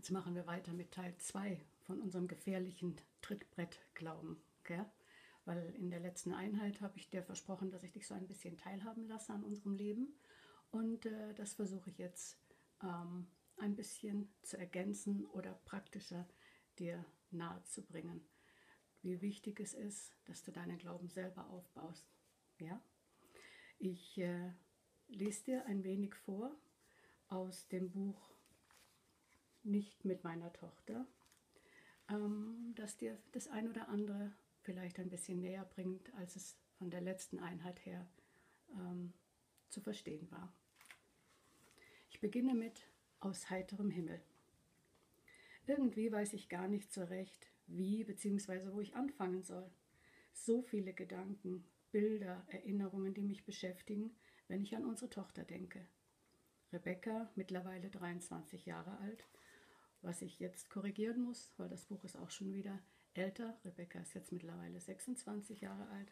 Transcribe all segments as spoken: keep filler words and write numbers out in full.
Jetzt machen wir weiter mit Teil zwei von unserem gefährlichen Trittbrettglauben. Gell? Weil in der letzten Einheit habe ich dir versprochen, dass ich dich so ein bisschen teilhaben lasse an unserem Leben. Und äh, das versuche ich jetzt ähm, ein bisschen zu ergänzen oder praktischer dir nahe zu bringen. Wie wichtig es ist, dass du deinen Glauben selber aufbaust. Ja? Ich äh, lese dir ein wenig vor aus dem Buch Nicht mit meiner Tochter, ähm, das dir das ein oder andere vielleicht ein bisschen näher bringt, als es von der letzten Einheit her ähm, zu verstehen war. Ich beginne mit Aus heiterem Himmel. Irgendwie weiß ich gar nicht so recht, wie bzw. wo ich anfangen soll. So viele Gedanken, Bilder, Erinnerungen, die mich beschäftigen, wenn ich an unsere Tochter denke. Rebecca, mittlerweile dreiundzwanzig Jahre alt, was ich jetzt korrigieren muss, weil das Buch ist auch schon wieder älter. Rebecca ist jetzt mittlerweile sechsundzwanzig Jahre alt.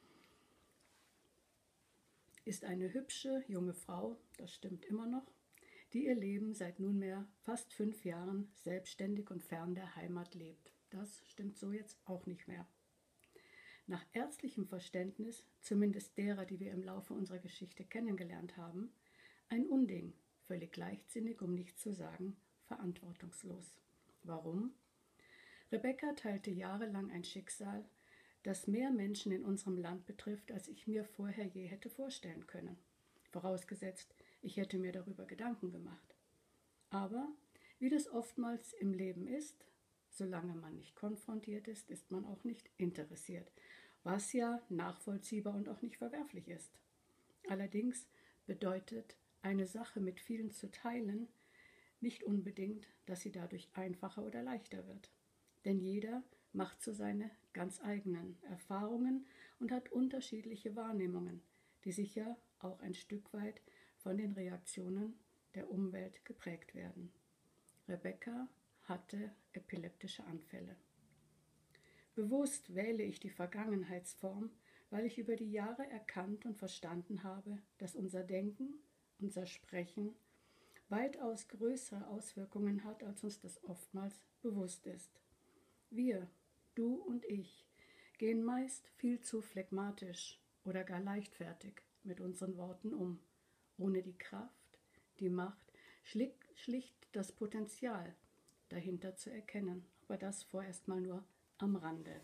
Ist eine hübsche junge Frau, das stimmt immer noch, die ihr Leben seit nunmehr fast fünf Jahren selbstständig und fern der Heimat lebt. Das stimmt so jetzt auch nicht mehr. Nach ärztlichem Verständnis, zumindest derer, die wir im Laufe unserer Geschichte kennengelernt haben, ein Unding, völlig leichtsinnig, um nicht zu sagen, verantwortungslos. Warum? Rebecca teilte jahrelang ein Schicksal, das mehr Menschen in unserem Land betrifft, als ich mir vorher je hätte vorstellen können. Vorausgesetzt, ich hätte mir darüber Gedanken gemacht. Aber, wie das oftmals im Leben ist, solange man nicht konfrontiert ist, ist man auch nicht interessiert, was ja nachvollziehbar und auch nicht verwerflich ist. Allerdings bedeutet eine Sache mit vielen zu teilen nicht unbedingt, dass sie dadurch einfacher oder leichter wird. Denn jeder macht so seine ganz eigenen Erfahrungen und hat unterschiedliche Wahrnehmungen, die sicher auch ein Stück weit von den Reaktionen der Umwelt geprägt werden. Rebecca hatte epileptische Anfälle. Bewusst wähle ich die Vergangenheitsform, weil ich über die Jahre erkannt und verstanden habe, dass unser Denken, unser Sprechen weitaus größere Auswirkungen hat, als uns das oftmals bewusst ist. Wir, du und ich, gehen meist viel zu phlegmatisch oder gar leichtfertig mit unseren Worten um, ohne die Kraft, die Macht, schlicht das Potenzial dahinter zu erkennen, aber das vorerst mal nur am Rande.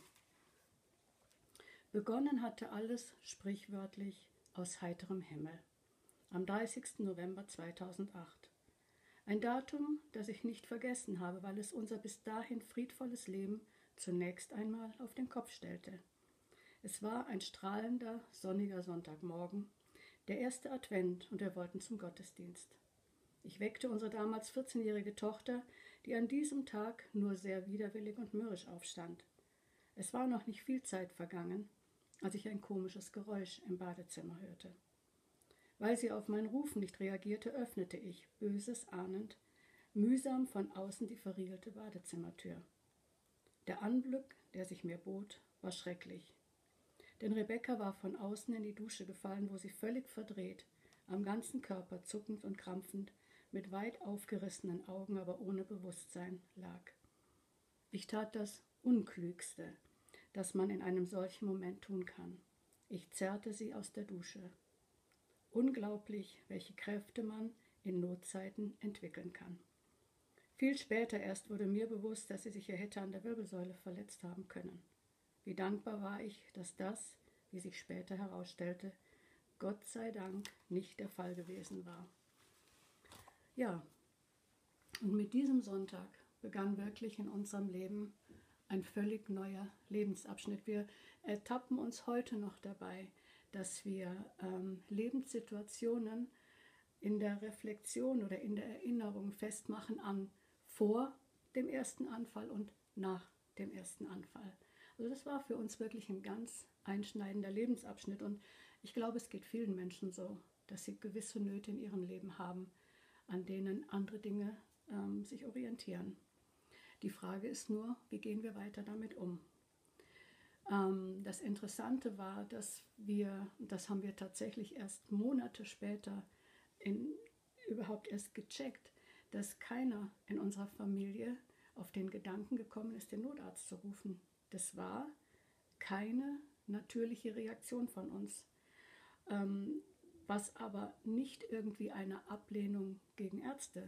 Begonnen hatte alles sprichwörtlich aus heiterem Himmel, am dreißigsten November zweitausendacht. Ein Datum, das ich nicht vergessen habe, weil es unser bis dahin friedvolles Leben zunächst einmal auf den Kopf stellte. Es war ein strahlender, sonniger Sonntagmorgen, der erste Advent, und wir wollten zum Gottesdienst. Ich weckte unsere damals vierzehnjährige Tochter, die an diesem Tag nur sehr widerwillig und mürrisch aufstand. Es war noch nicht viel Zeit vergangen, als ich ein komisches Geräusch im Badezimmer hörte. Weil sie auf mein Rufen nicht reagierte, öffnete ich, Böses ahnend, mühsam von außen die verriegelte Badezimmertür. Der Anblick, der sich mir bot, war schrecklich. Denn Rebecca war von außen in die Dusche gefallen, wo sie völlig verdreht, am ganzen Körper zuckend und krampfend, mit weit aufgerissenen Augen, aber ohne Bewusstsein lag. Ich tat das Unklügste, das man in einem solchen Moment tun kann. Ich zerrte sie aus der Dusche. Unglaublich, welche Kräfte man in Notzeiten entwickeln kann. Viel später erst wurde mir bewusst, dass sie sich ja hätte an der Wirbelsäule verletzt haben können. Wie dankbar war ich, dass das, wie sich später herausstellte, Gott sei Dank nicht der Fall gewesen war. Ja, und mit diesem Sonntag begann wirklich in unserem Leben ein völlig neuer Lebensabschnitt. Wir ertappen uns heute noch dabei, dass wir ähm, Lebenssituationen in der Reflexion oder in der Erinnerung festmachen an vor dem ersten Anfall und nach dem ersten Anfall. Also das war für uns wirklich ein ganz einschneidender Lebensabschnitt, und ich glaube, es geht vielen Menschen so, dass sie gewisse Nöte in ihrem Leben haben, an denen andere Dinge ähm, sich orientieren. Die Frage ist nur, wie gehen wir weiter damit um? Ähm, das Interessante war, dass wir, das haben wir tatsächlich erst Monate später in, überhaupt erst gecheckt, dass keiner in unserer Familie auf den Gedanken gekommen ist, den Notarzt zu rufen. Das war keine natürliche Reaktion von uns, ähm, was aber nicht irgendwie einer Ablehnung gegen Ärzte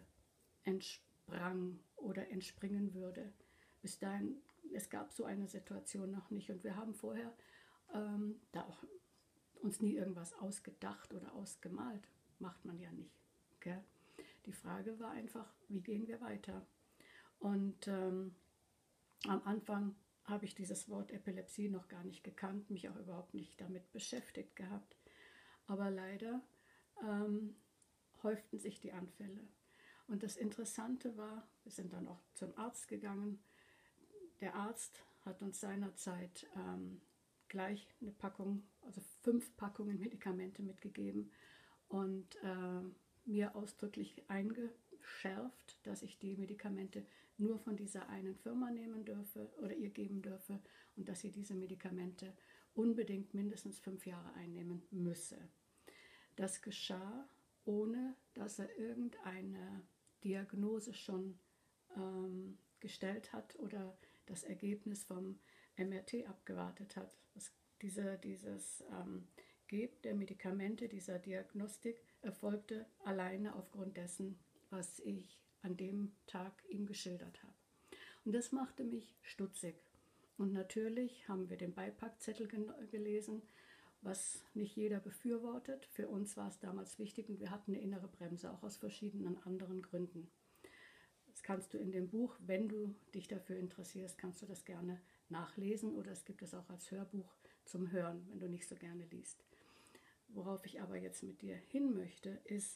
entsprang oder entspringen würde. Bis dahin, es gab so eine Situation noch nicht und wir haben vorher ähm, da auch uns nie irgendwas ausgedacht oder ausgemalt. Macht man ja nicht. Gell? Die Frage war einfach, wie gehen wir weiter? Und ähm, am Anfang habe ich dieses Wort Epilepsie noch gar nicht gekannt, mich auch überhaupt nicht damit beschäftigt gehabt. Aber leider ähm, häuften sich die Anfälle. Und das Interessante war, wir sind dann auch zum Arzt gegangen. Der Arzt hat uns seinerzeit ähm, gleich eine Packung, also fünf Packungen Medikamente mitgegeben und äh, mir ausdrücklich eingeschärft, dass ich die Medikamente nur von dieser einen Firma nehmen dürfe oder ihr geben dürfe und dass sie diese Medikamente unbedingt mindestens fünf Jahre einnehmen müsse. Das geschah, ohne dass er irgendeine Diagnose schon ähm, gestellt hat oder das Ergebnis vom M R T abgewartet hat. Das, diese, dieses ähm, Geben der Medikamente, dieser Diagnostik erfolgte alleine aufgrund dessen, was ich an dem Tag ihm geschildert habe. Und das machte mich stutzig. Und natürlich haben wir den Beipackzettel gelesen, was nicht jeder befürwortet. Für uns war es damals wichtig und wir hatten eine innere Bremse, auch aus verschiedenen anderen Gründen. Das kannst du in dem Buch, wenn du dich dafür interessierst, kannst du das gerne nachlesen oder es gibt es auch als Hörbuch zum Hören, wenn du nicht so gerne liest. Worauf ich aber jetzt mit dir hin möchte, ist,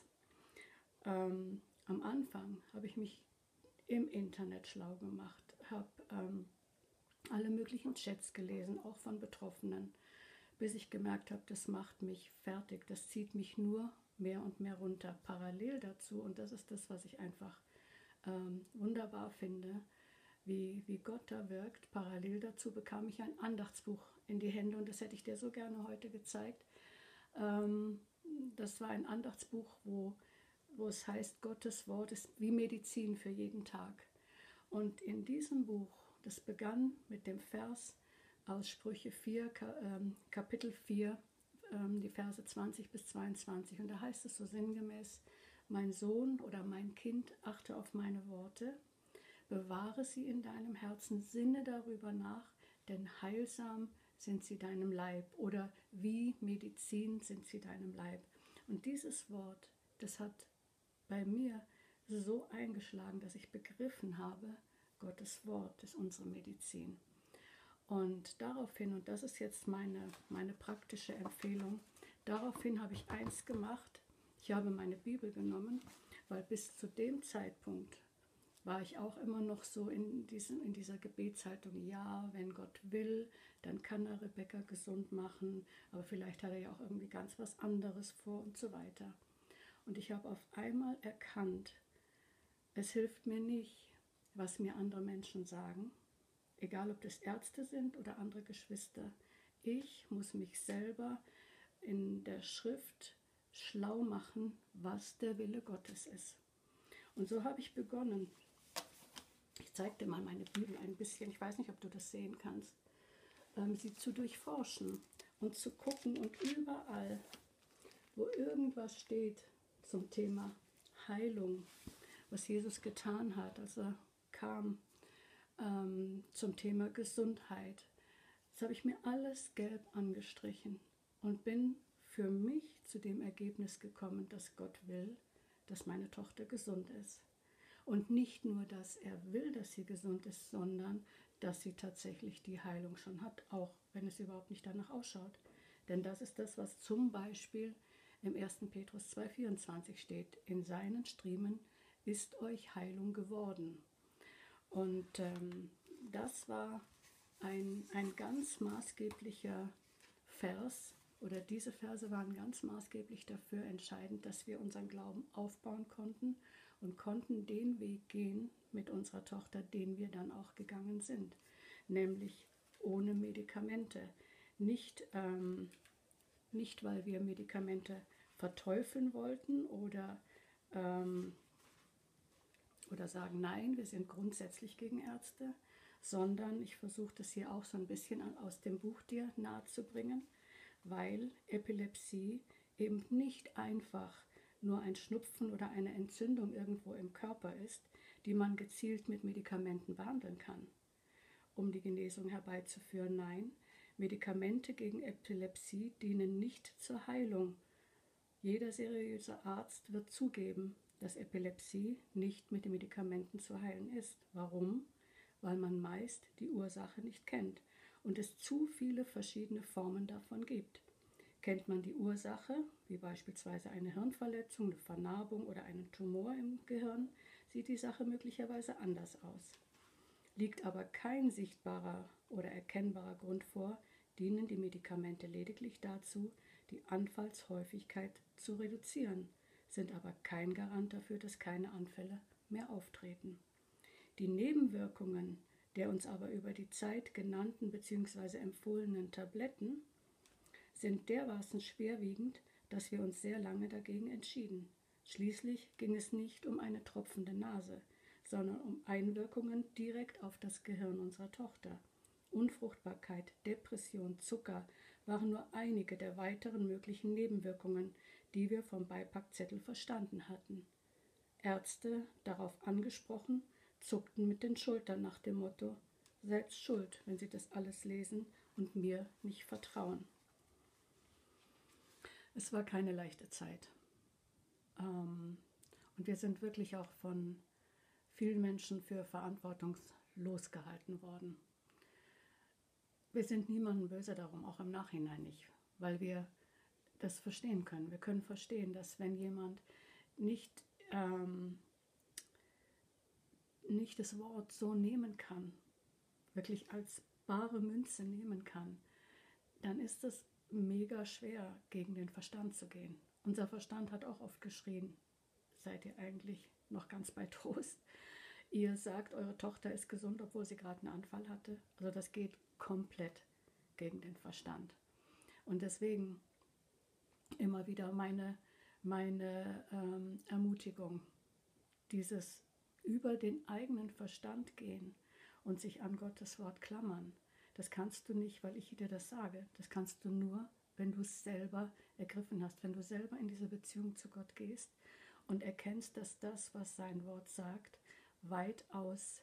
ähm, am Anfang habe ich mich im Internet schlau gemacht, habe ähm, alle möglichen Chats gelesen, auch von Betroffenen, bis ich gemerkt habe, das macht mich fertig, das zieht mich nur mehr und mehr runter. Parallel dazu, und das ist das, was ich einfach ähm, wunderbar finde, wie, wie Gott da wirkt, parallel dazu bekam ich ein Andachtsbuch in die Hände und das hätte ich dir so gerne heute gezeigt. Ähm, das war ein Andachtsbuch, wo, wo es heißt, Gottes Wort ist wie Medizin für jeden Tag. Und in diesem Buch, das begann mit dem Vers aus Sprüche vier, Kapitel vier, die Verse zwanzig bis zweiundzwanzig. Und da heißt es so sinngemäß, mein Sohn oder mein Kind, achte auf meine Worte, bewahre sie in deinem Herzen, sinne darüber nach, denn heilsam sind sie deinem Leib oder wie Medizin sind sie deinem Leib. Und dieses Wort, das hat bei mir so eingeschlagen, dass ich begriffen habe, Gottes Wort ist unsere Medizin. Und daraufhin, und das ist jetzt meine, meine praktische Empfehlung, daraufhin habe ich eins gemacht, ich habe meine Bibel genommen, weil bis zu dem Zeitpunkt war ich auch immer noch so in, diesem, in dieser Gebetshaltung, ja, wenn Gott will, dann kann er Rebecca gesund machen, aber vielleicht hat er ja auch irgendwie ganz was anderes vor und so weiter. Und ich habe auf einmal erkannt, es hilft mir nicht, was mir andere Menschen sagen, egal ob das Ärzte sind oder andere Geschwister. Ich muss mich selber in der Schrift schlau machen, was der Wille Gottes ist. Und so habe ich begonnen. Ich zeige dir mal meine Bibel ein bisschen, ich weiß nicht, ob du das sehen kannst, ähm, sie zu durchforschen und zu gucken und überall, wo irgendwas steht zum Thema Heilung, was Jesus getan hat, als er kam, ähm, zum Thema Gesundheit. Das habe ich mir alles gelb angestrichen und bin für mich zu dem Ergebnis gekommen, dass Gott will, dass meine Tochter gesund ist. Und nicht nur, dass er will, dass sie gesund ist, sondern dass sie tatsächlich die Heilung schon hat, auch wenn es überhaupt nicht danach ausschaut. Denn das ist das, was zum Beispiel im ersten Petrus zwei vierundzwanzig steht. In seinen Striemen ist euch Heilung geworden. Und ähm, das war ein, ein ganz maßgeblicher Vers, oder diese Verse waren ganz maßgeblich dafür entscheidend, dass wir unseren Glauben aufbauen konnten und konnten den Weg gehen mit unserer Tochter, den wir dann auch gegangen sind, nämlich ohne Medikamente. Nicht, ähm, nicht weil wir Medikamente verteufeln wollten oder ähm, oder sagen, nein, wir sind grundsätzlich gegen Ärzte, sondern ich versuche das hier auch so ein bisschen aus dem Buch dir nahezubringen, weil Epilepsie eben nicht einfach nur ein Schnupfen oder eine Entzündung irgendwo im Körper ist, die man gezielt mit Medikamenten behandeln kann, um die Genesung herbeizuführen. Nein, Medikamente gegen Epilepsie dienen nicht zur Heilung. Jeder seriöse Arzt wird zugeben, dass Epilepsie nicht mit den Medikamenten zu heilen ist. Warum? Weil man meist die Ursache nicht kennt und es zu viele verschiedene Formen davon gibt. Kennt man die Ursache, wie beispielsweise eine Hirnverletzung, eine Vernarbung oder einen Tumor im Gehirn, sieht die Sache möglicherweise anders aus. Liegt aber kein sichtbarer oder erkennbarer Grund vor, dienen die Medikamente lediglich dazu, die Anfallshäufigkeit zu reduzieren, sind aber kein Garant dafür, dass keine Anfälle mehr auftreten. Die Nebenwirkungen der uns aber über die Zeit genannten bzw. empfohlenen Tabletten sind dermaßen schwerwiegend, dass wir uns sehr lange dagegen entschieden. Schließlich ging es nicht um eine tropfende Nase, sondern um Einwirkungen direkt auf das Gehirn unserer Tochter. Unfruchtbarkeit, Depression, Zucker waren nur einige der weiteren möglichen Nebenwirkungen, die wir vom Beipackzettel verstanden hatten. Ärzte, darauf angesprochen, zuckten mit den Schultern nach dem Motto: Selbst schuld, wenn sie das alles lesen und mir nicht vertrauen. Es war keine leichte Zeit. Ähm, und wir sind wirklich auch von vielen Menschen für verantwortungslos gehalten worden. Wir sind niemandem böse darum, auch im Nachhinein nicht, weil wir das verstehen können. Wir können verstehen, dass wenn jemand nicht, ähm, nicht das Wort so nehmen kann, wirklich als bare Münze nehmen kann, dann ist es mega schwer, gegen den Verstand zu gehen. Unser Verstand hat auch oft geschrien: Seid ihr eigentlich noch ganz bei Trost? Ihr sagt, eure Tochter ist gesund, obwohl sie gerade einen Anfall hatte. Also das geht komplett gegen den Verstand. Und deswegen immer wieder meine, meine ähm, Ermutigung, dieses über den eigenen Verstand gehen und sich an Gottes Wort klammern. Das kannst du nicht, weil ich dir das sage. Das kannst du nur, wenn du es selber ergriffen hast, wenn du selber in diese Beziehung zu Gott gehst und erkennst, dass das, was sein Wort sagt, weitaus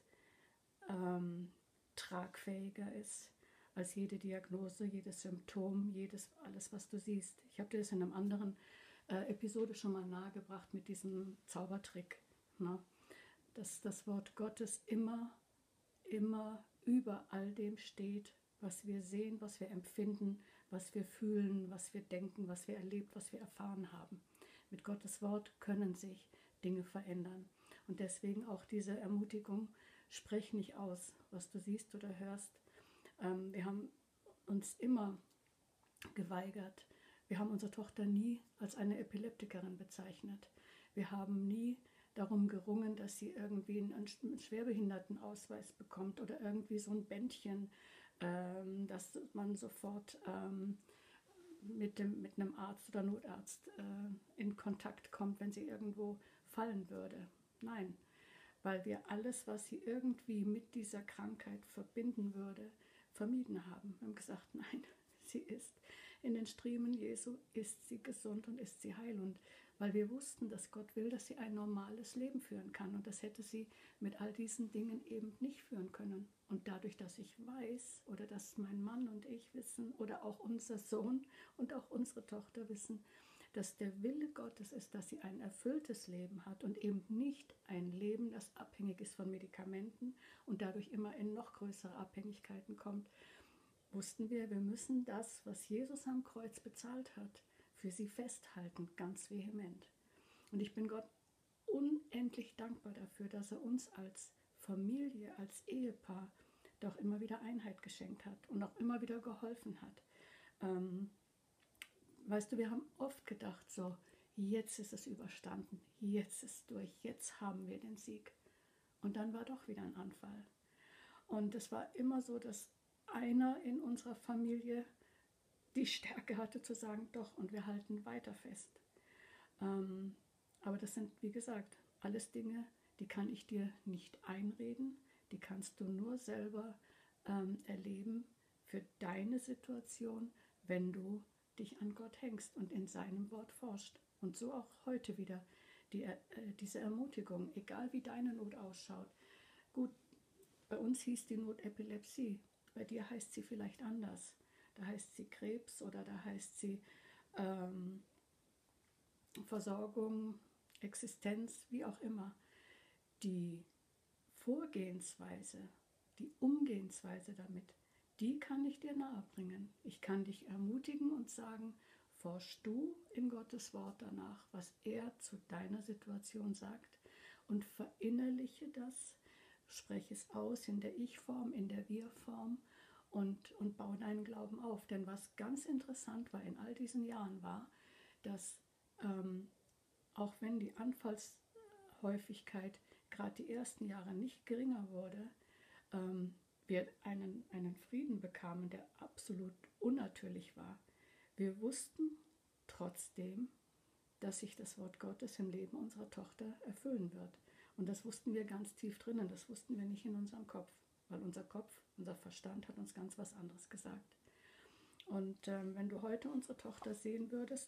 ähm, tragfähiger ist als jede Diagnose, jedes Symptom, jedes, alles, was du siehst. Ich habe dir das in einem anderen äh, Episode schon mal nahegebracht mit diesem Zaubertrick, ne? Dass das Wort Gottes immer, immer über all dem steht, was wir sehen, was wir empfinden, was wir fühlen, was wir denken, was wir erlebt, was wir erfahren haben. Mit Gottes Wort können sich Dinge verändern. Und deswegen auch diese Ermutigung: Sprech nicht aus, was du siehst oder hörst. Ähm, wir haben uns immer geweigert. Wir haben unsere Tochter nie als eine Epileptikerin bezeichnet. Wir haben nie darum gerungen, dass sie irgendwie einen Schwerbehindertenausweis bekommt oder irgendwie so ein Bändchen, ähm, dass man sofort ähm, mit, dem, mit einem Arzt oder Notarzt äh, in Kontakt kommt, wenn sie irgendwo fallen würde. Nein, weil wir alles, was sie irgendwie mit dieser Krankheit verbinden würde, vermieden haben. Wir haben gesagt, nein, sie ist in den Striemen Jesu, ist sie gesund und ist sie heil. Und weil wir wussten, dass Gott will, dass sie ein normales Leben führen kann. Und das hätte sie mit all diesen Dingen eben nicht führen können. Und dadurch, dass ich weiß oder dass mein Mann und ich wissen oder auch unser Sohn und auch unsere Tochter wissen, dass der Wille Gottes ist, dass sie ein erfülltes Leben hat und eben nicht ein Leben, das abhängig ist von Medikamenten und dadurch immer in noch größere Abhängigkeiten kommt, wussten wir, wir müssen das, was Jesus am Kreuz bezahlt hat, für sie festhalten, ganz vehement. Und ich bin Gott unendlich dankbar dafür, dass er uns als Familie, als Ehepaar doch immer wieder Einheit geschenkt hat und auch immer wieder geholfen hat. Ähm, weißt du, wir haben oft gedacht, so, jetzt ist es überstanden, jetzt ist es durch, jetzt haben wir den Sieg. Und dann war doch wieder ein Anfall. Und es war immer so, dass einer in unserer Familie die Stärke hatte zu sagen, doch, und wir halten weiter fest. Ähm, aber das sind, wie gesagt, alles Dinge, die kann ich dir nicht einreden, die kannst du nur selber ähm, erleben für deine Situation, wenn du dich an Gott hängst und in seinem Wort forscht. Und so auch heute wieder die, äh, diese Ermutigung, egal wie deine Not ausschaut. Gut, bei uns hieß die Not Epilepsie, bei dir heißt sie vielleicht anders. Da heißt sie Krebs oder da heißt sie ähm, Versorgung, Existenz, wie auch immer. Die Vorgehensweise, die Umgehensweise damit, die kann ich dir nahebringen. Ich kann dich ermutigen und sagen, forsch du in Gottes Wort danach, was er zu deiner Situation sagt und verinnerliche das, spreche es aus in der Ich-Form, in der Wir-Form und, und baue deinen Glauben auf. Denn was ganz interessant war in all diesen Jahren war, dass ähm, auch wenn die Anfallshäufigkeit gerade die ersten Jahre nicht geringer wurde, ähm, wir einen, einen Frieden bekamen, der absolut unnatürlich war. Wir wussten trotzdem, dass sich das Wort Gottes im Leben unserer Tochter erfüllen wird. Und das wussten wir ganz tief drinnen, das wussten wir nicht in unserem Kopf, weil unser Kopf, unser Verstand hat uns ganz was anderes gesagt. Und ähm, wenn du heute unsere Tochter sehen würdest,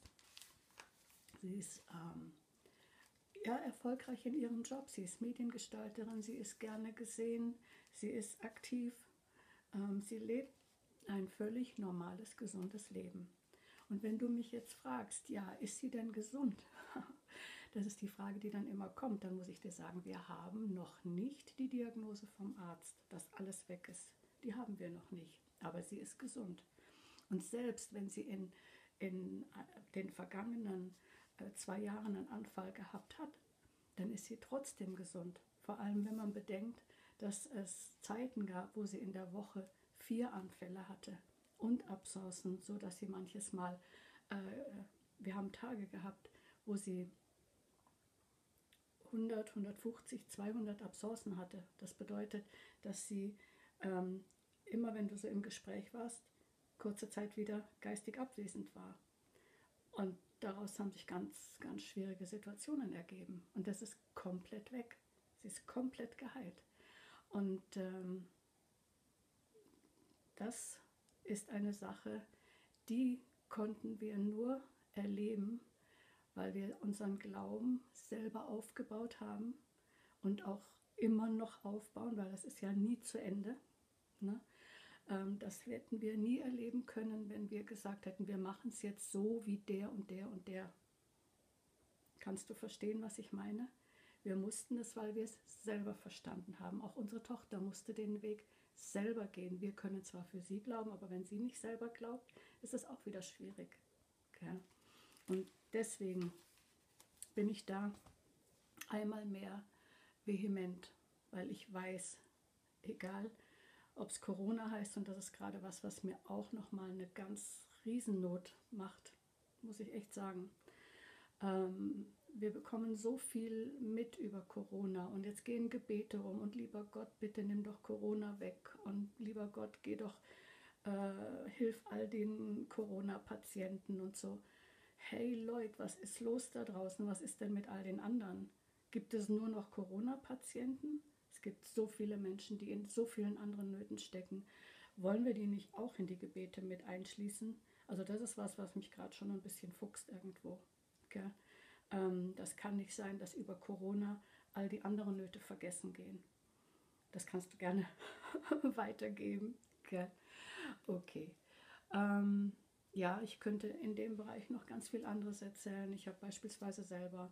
sie ist ähm, ja, erfolgreich in ihrem Job, sie ist Mediengestalterin, sie ist gerne gesehen, sie ist aktiv, ähm, sie lebt ein völlig normales, gesundes Leben. Und wenn du mich jetzt fragst, ja, ist sie denn gesund? Das ist die Frage, die dann immer kommt. Dann muss ich dir sagen, wir haben noch nicht die Diagnose vom Arzt, dass alles weg ist. Die haben wir noch nicht, aber sie ist gesund. Und selbst wenn sie in, in den vergangenen äh, zwei Jahren einen Anfall gehabt hat, dann ist sie trotzdem gesund. Vor allem, wenn man bedenkt, dass es Zeiten gab, wo sie in der Woche vier Anfälle hatte und Absenzen, so dass sie manches Mal, äh, wir haben Tage gehabt, wo sie hundert, hundertfünfzig, zweihundert Absenzen hatte. Das bedeutet, dass sie ähm, immer, wenn du so im Gespräch warst, kurze Zeit wieder geistig abwesend war. Und daraus haben sich ganz, ganz schwierige Situationen ergeben. Und das ist komplett weg. Sie ist komplett geheilt. Und ähm, das ist eine Sache, die konnten wir nur erleben, weil wir unseren Glauben selber aufgebaut haben und auch immer noch aufbauen, weil das ist ja nie zu Ende. Ne? Ähm, das hätten wir nie erleben können, wenn wir gesagt hätten, wir machen es jetzt so wie der und der und der. Kannst du verstehen, was ich meine? Wir mussten es, weil wir es selber verstanden haben. Auch unsere Tochter musste den Weg selber gehen. Wir können zwar für sie glauben, aber wenn sie nicht selber glaubt, ist es auch wieder schwierig. Okay? Und deswegen bin ich da einmal mehr vehement, weil ich weiß, egal ob es Corona heißt, und das ist gerade was, was mir auch nochmal eine ganz Riesennot macht, muss ich echt sagen. Ähm, wir bekommen so viel mit über Corona und jetzt gehen Gebete rum und lieber Gott, bitte nimm doch Corona weg und lieber Gott, geh doch, äh, hilf all den Corona-Patienten und so. Hey Leute, was ist los da draußen? Was ist denn mit all den anderen? Gibt es nur noch Corona-Patienten? Es gibt so viele Menschen, die in so vielen anderen Nöten stecken. Wollen wir die nicht auch in die Gebete mit einschließen? Also das ist was, was mich gerade schon ein bisschen fuchst irgendwo. Okay? Ähm, das kann nicht sein, dass über Corona all die anderen Nöte vergessen gehen. Das kannst du gerne weitergeben. Okay. okay. Ähm, ja, ich könnte in dem Bereich noch ganz viel anderes erzählen. Ich habe beispielsweise selber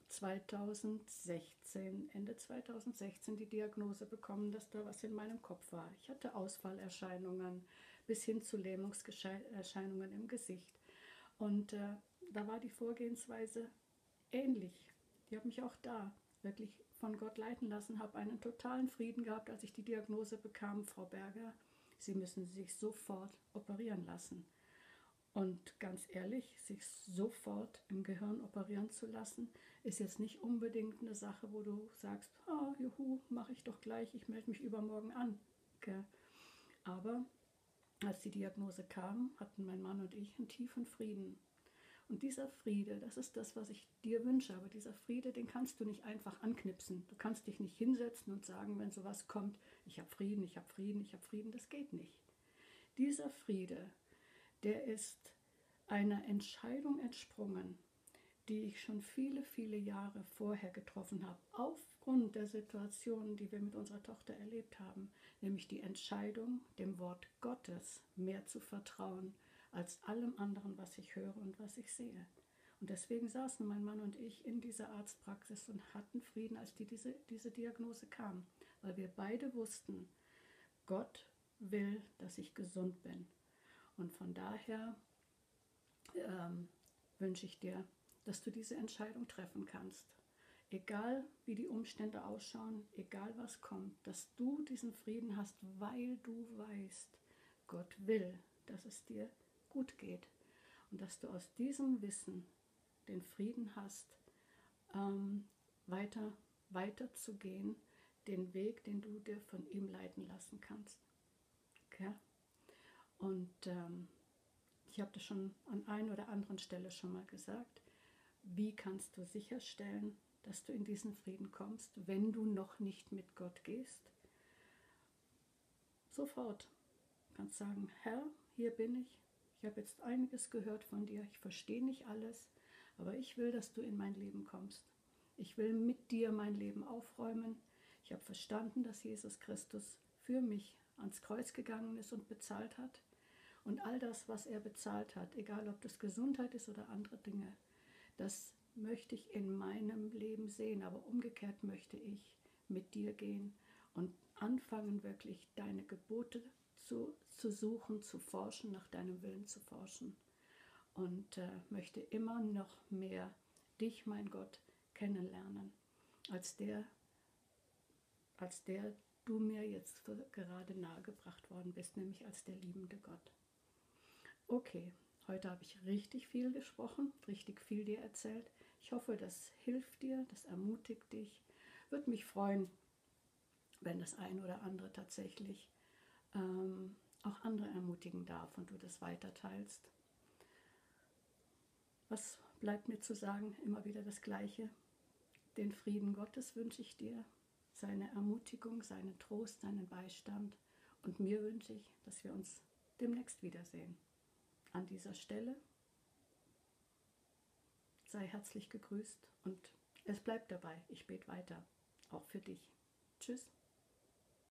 zweitausendsechzehn, Ende zweitausendsechzehn die Diagnose bekommen, dass da was in meinem Kopf war. Ich hatte Ausfallerscheinungen bis hin zu Lähmungserscheinungen im Gesicht. Und äh, da war die Vorgehensweise ähnlich. Ich habe mich auch da wirklich von Gott leiten lassen, habe einen totalen Frieden gehabt, als ich die Diagnose bekam, Frau Berger, Sie müssen sich sofort operieren lassen. Und ganz ehrlich, sich sofort im Gehirn operieren zu lassen, ist jetzt nicht unbedingt eine Sache, wo du sagst, oh, juhu, mache ich doch gleich, ich melde mich übermorgen an. Okay. Aber als die Diagnose kam, hatten mein Mann und ich einen tiefen Frieden. Und dieser Friede, das ist das, was ich dir wünsche. Aber dieser Friede, den kannst du nicht einfach anknipsen. Du kannst dich nicht hinsetzen und sagen, wenn sowas kommt, ich habe Frieden, ich habe Frieden, ich habe Frieden. Das geht nicht. Dieser Friede, der ist einer Entscheidung entsprungen, die ich schon viele, viele Jahre vorher getroffen habe, aufgrund der Situation, die wir mit unserer Tochter erlebt haben, nämlich die Entscheidung, dem Wort Gottes mehr zu vertrauen, als allem anderen, was ich höre und was ich sehe. Und deswegen saßen mein Mann und ich in dieser Arztpraxis und hatten Frieden, als die diese, diese Diagnose kam, weil wir beide wussten, Gott will, dass ich gesund bin. Und von daher ähm, wünsche ich dir, dass du diese Entscheidung treffen kannst. Egal wie die Umstände ausschauen, egal was kommt, dass du diesen Frieden hast, weil du weißt, Gott will, dass es dir gut geht. Und dass du aus diesem Wissen den Frieden hast, ähm, weiter, weiter zu gehen, den Weg, den du dir von ihm leiten lassen kannst. Okay? Und ähm, ich habe das schon an einer oder anderen Stelle schon mal gesagt. Wie kannst du sicherstellen, dass du in diesen Frieden kommst, wenn du noch nicht mit Gott gehst? Sofort. Du kannst sagen, Herr, hier bin ich. Ich habe jetzt einiges gehört von dir. Ich verstehe nicht alles, aber ich will, dass du in mein Leben kommst. Ich will mit dir mein Leben aufräumen. Ich habe verstanden, dass Jesus Christus für mich ans Kreuz gegangen ist und bezahlt hat. Und all das, was er bezahlt hat, egal ob das Gesundheit ist oder andere Dinge, das möchte ich in meinem Leben sehen, aber umgekehrt möchte ich mit dir gehen und anfangen, wirklich deine Gebote zu, zu suchen, zu forschen, nach deinem Willen zu forschen. Und äh, möchte immer noch mehr dich, mein Gott, kennenlernen, als der, als der du mir jetzt gerade nahegebracht worden bist, nämlich als der liebende Gott. Okay, heute habe ich richtig viel gesprochen, richtig viel dir erzählt. Ich hoffe, das hilft dir, das ermutigt dich. Würde mich freuen, wenn das ein oder andere tatsächlich ähm, auch andere ermutigen darf und du das weiterteilst. Was bleibt mir zu sagen? Immer wieder das Gleiche. Den Frieden Gottes wünsche ich dir, seine Ermutigung, seinen Trost, seinen Beistand. Und mir wünsche ich, dass wir uns demnächst wiedersehen. An dieser Stelle sei herzlich gegrüßt und es bleibt dabei. Ich bete weiter, auch für dich. Tschüss.